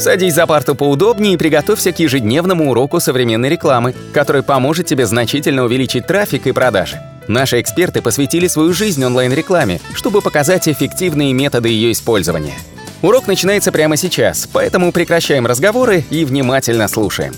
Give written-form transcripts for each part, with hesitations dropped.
Садись за парту поудобнее и приготовься к ежедневному уроку современной рекламы, который поможет тебе значительно увеличить трафик и продажи. Наши эксперты посвятили свою жизнь онлайн-рекламе, чтобы показать эффективные методы ее использования. Урок начинается прямо сейчас, поэтому прекращаем разговоры и внимательно слушаем.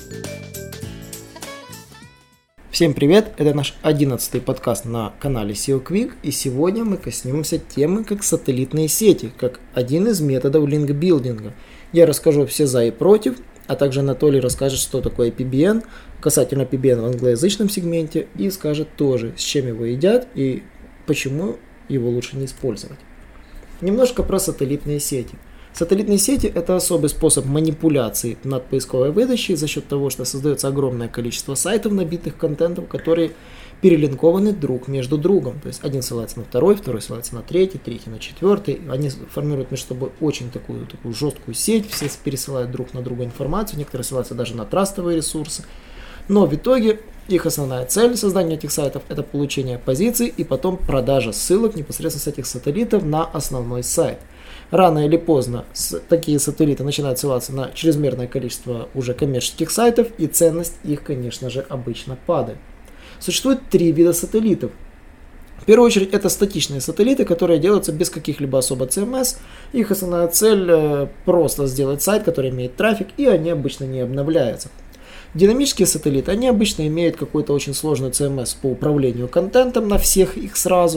Всем привет! Это наш 11-й подкаст на канале SEO Quick, и сегодня мы коснемся темы как сателлитные сети, как один из методов линкбилдинга. Я расскажу все за и против, а также Анатолий расскажет, что такое PBN, касательно PBN в англоязычном сегменте, и скажет тоже, с чем его едят и почему его лучше не использовать. Немножко про сателлитные сети. Сателлитные сети – это особый способ манипуляции над поисковой выдачей за счет того, что создается огромное количество сайтов, набитых контентом, которые перелинкованы друг между другом. То есть один ссылается на второй ссылается на третий на четвертый. Они формируют между собой очень такую жесткую сеть, все пересылают друг на друга информацию, некоторые ссылаются даже на трастовые ресурсы. Но в итоге их основная цель создания этих сайтов – это получение позиций и потом продажа ссылок непосредственно с этих сателлитов на основной сайт. Рано или поздно такие сателлиты начинают ссылаться на чрезмерное количество уже коммерческих сайтов, и ценность их, конечно же, обычно падает. Существует три вида сателлитов. В первую очередь это статичные сателлиты, которые делаются без каких-либо особо CMS. Их основная цель просто сделать сайт, который имеет трафик, и они обычно не обновляются. Динамические сателлиты, они обычно имеют какую-то очень сложную CMS по управлению контентом на всех их сразу.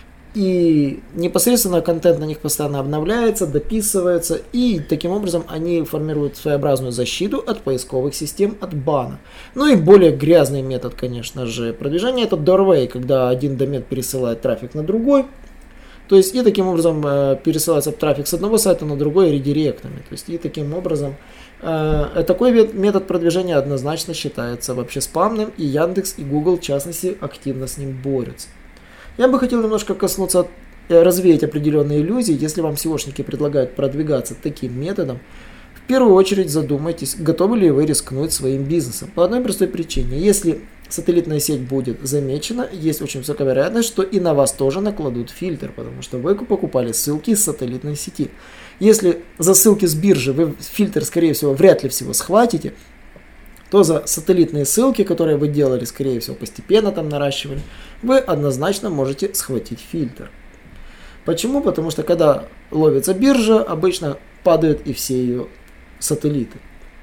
И непосредственно контент на них постоянно обновляется, дописывается, и таким образом они формируют своеобразную защиту от поисковых систем, от бана. Ну и более грязный метод, конечно же, продвижения – это doorway, когда один домен пересылает трафик на другой. То есть и таким образом пересылается трафик с одного сайта на другой редиректами. То есть и таким образом такой метод продвижения однозначно считается вообще спамным, и Яндекс, и Google, в частности, активно с ним борются. Я бы хотел немножко коснуться, развеять определенные иллюзии. Если вам SEOшники предлагают продвигаться таким методом, в первую очередь задумайтесь, готовы ли вы рискнуть своим бизнесом. По одной простой причине. Если сателлитная сеть будет замечена, есть очень высокая вероятность, что и на вас тоже накладут фильтр, потому что вы покупали ссылки из сателлитной сети. Если за ссылки с биржи вы фильтр, скорее всего, вряд ли всего схватите, то за сателлитные ссылки, которые вы делали, скорее всего, постепенно там наращивали, вы однозначно можете схватить фильтр. Почему? Потому что когда ловится биржа, обычно падают и все ее сателлиты.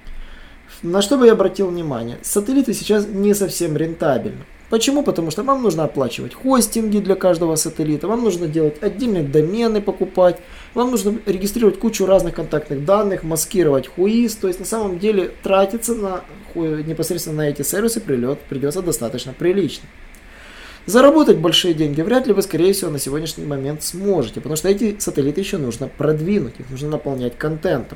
На что бы я обратил внимание? Сателлиты сейчас не совсем рентабельны. Почему? Потому что вам нужно оплачивать хостинги для каждого сателлита, вам нужно делать отдельные домены покупать, вам нужно регистрировать кучу разных контактных данных, маскировать хуиз, то есть на самом деле тратиться непосредственно на эти сервисы придется достаточно прилично. Заработать большие деньги вряд ли вы, скорее всего, на сегодняшний момент сможете, потому что эти сателлиты еще нужно продвинуть, их нужно наполнять контентом.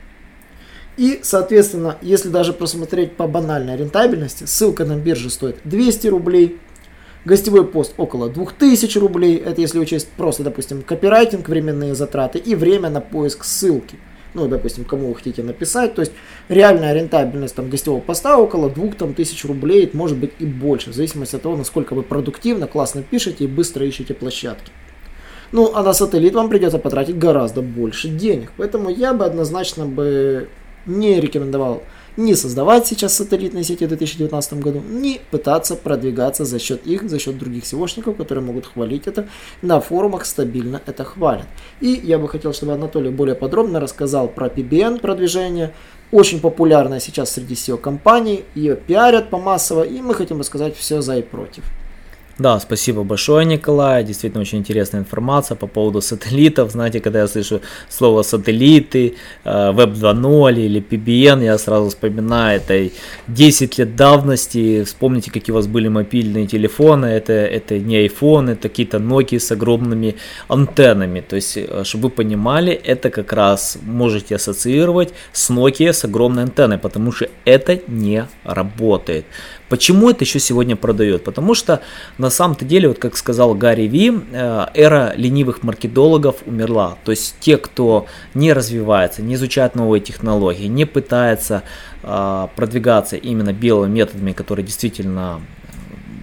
И, соответственно, если даже просмотреть по банальной рентабельности, ссылка на бирже стоит 200 рублей, гостевой пост около 2000 рублей, это если учесть просто, допустим, копирайтинг, временные затраты и время на поиск ссылки. Ну, допустим, кому вы хотите написать, то есть реальная рентабельность там, гостевого поста около 2000 рублей, может быть и больше, в зависимости от того, насколько вы продуктивно, классно пишете и быстро ищете площадки. Ну, а на сателлит вам придется потратить гораздо больше денег, поэтому я бы однозначно не рекомендовал ни создавать сейчас сателлитные сети в 2019 году, ни пытаться продвигаться за счет других SEOшников, которые могут хвалить это, на форумах стабильно это хвалят. И я бы хотел, чтобы Анатолий более подробно рассказал про PBN продвижение, очень популярная сейчас среди SEO-компаний, ее пиарят помассово, и мы хотим рассказать все за и против. Да, спасибо большое, Николай. Действительно очень интересная информация по поводу сателлитов. Знаете, когда я слышу слово сателлиты, Web 2.0 или PBN, я сразу вспоминаю это 10 лет давности. Вспомните, какие у вас были мобильные телефоны. Это не iPhone, это какие-то Nokia с огромными антеннами. То есть, чтобы вы понимали, это как раз можете ассоциировать с Nokia с огромной антенной, потому что это не работает. Почему это еще сегодня продает? Потому что на самом-то деле, вот как сказал Гарри Ви, эра ленивых маркетологов умерла. То есть те, кто не развивается, не изучает новые технологии, не пытается продвигаться именно белыми методами, которые действительно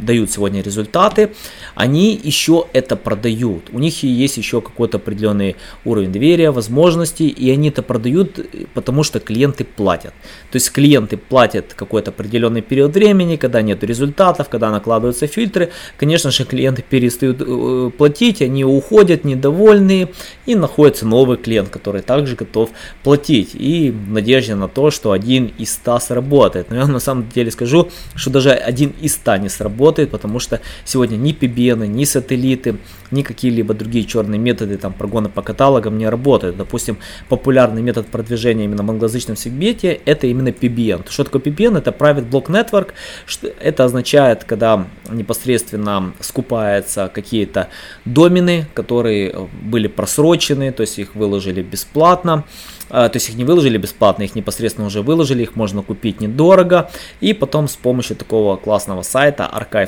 дают сегодня результаты, они еще это продают. У них есть еще какой-то определенный уровень доверия, возможностей, и они это продают, потому что клиенты платят. То есть клиенты платят какой-то определенный период времени, когда нет результатов, когда накладываются фильтры. Конечно же, клиенты перестают платить, они уходят недовольные, и находится новый клиент, который также готов платить. И в надежде на то, что 1 из 100 сработает. Но я на самом деле скажу, что даже 1 из 100 не сработает, потому что сегодня ни PBN, ни сателлиты, ни какие-либо другие черные методы там, прогона по каталогам не работают. Допустим, популярный метод продвижения именно в англоязычном сегменте – это именно PBN. Что такое PBN? Это Private Block Network. Это означает, когда непосредственно скупаются какие-то домены, которые были просрочены, то есть их выложили бесплатно. То есть их не выложили бесплатно, их непосредственно уже выложили, их можно купить недорого. И потом с помощью такого классного сайта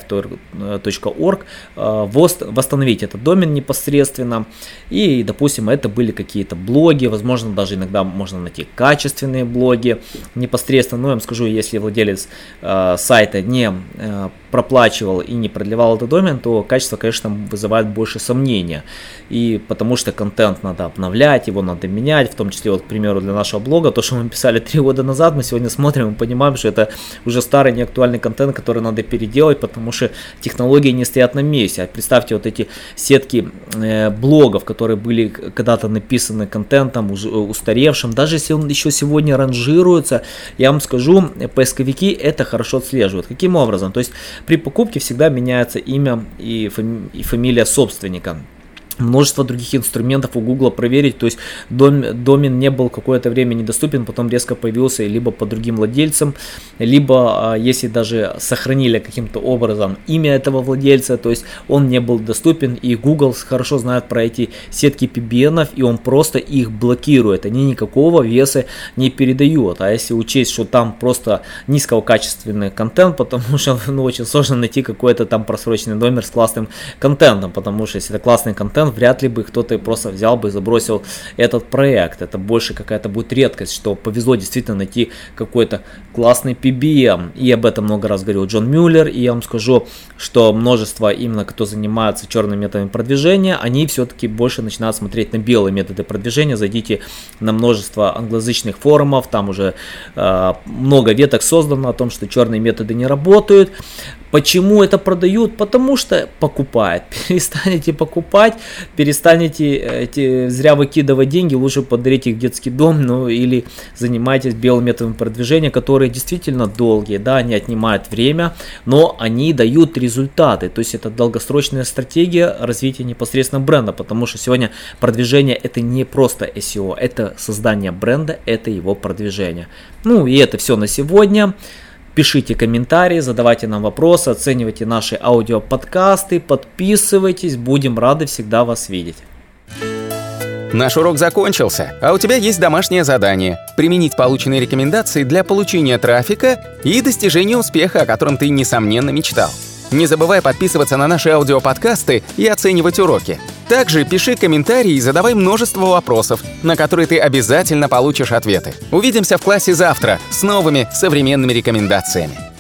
archive.org восстановить этот домен непосредственно. И, допустим, это были какие-то блоги, возможно, даже иногда можно найти качественные блоги непосредственно. Но я вам скажу, если владелец сайта не проплачивал и не продлевал этот домен, то качество, конечно, вызывает больше сомнения. И потому что контент надо обновлять, его надо менять, в том числе, вот, к примеру, для нашего блога, то, что мы писали 3 года назад, мы сегодня смотрим и понимаем, что это уже старый неактуальный контент, который надо переделать, потому что технологии не стоят на месте. А представьте вот эти сетки блогов, которые были когда-то написаны контентом уже устаревшим, даже если он еще сегодня ранжируется, я вам скажу, поисковики это хорошо отслеживают. Каким образом? То есть при покупке всегда меняется имя и фамилия собственника. Множество других инструментов у Google проверить, то есть домен не был какое-то время недоступен, потом резко появился либо по другим владельцам, либо если даже сохранили каким-то образом имя этого владельца, то есть он не был доступен, и Google хорошо знает про эти сетки PBN, и он просто их блокирует, они никакого веса не передают. А если учесть, что там просто низкокачественный контент, потому что очень сложно найти какой-то там просроченный домен с классным контентом, потому что если это классный контент, вряд ли бы кто-то просто взял бы и забросил этот проект. Это больше какая-то будет редкость, что повезло действительно найти какой-то классный PBN. И об этом много раз говорил Джон Мюллер. И я вам скажу, что множество именно кто занимается черными методами продвижения, они все-таки больше начинают смотреть на белые методы продвижения. Зайдите на множество англоязычных форумов, там уже много веток создано о том, что черные методы не работают. Почему это продают? Потому что покупают. Перестанете покупать, перестанете зря выкидывать деньги, лучше подарите их в детский дом, ну или занимайтесь белым методом продвижения, которые действительно долгие, да, они отнимают время, но они дают результаты. То есть это долгосрочная стратегия развития непосредственно бренда, потому что сегодня продвижение это не просто SEO, это создание бренда, это его продвижение. Ну и это все на сегодня. Пишите комментарии, задавайте нам вопросы, оценивайте наши аудиоподкасты, подписывайтесь, будем рады всегда вас видеть. Наш урок закончился, а у тебя есть домашнее задание – применить полученные рекомендации для получения трафика и достижения успеха, о котором ты, несомненно, мечтал. Не забывай подписываться на наши аудиоподкасты и оценивать уроки. Также пиши комментарии и задавай множество вопросов, на которые ты обязательно получишь ответы. Увидимся в классе завтра с новыми современными рекомендациями.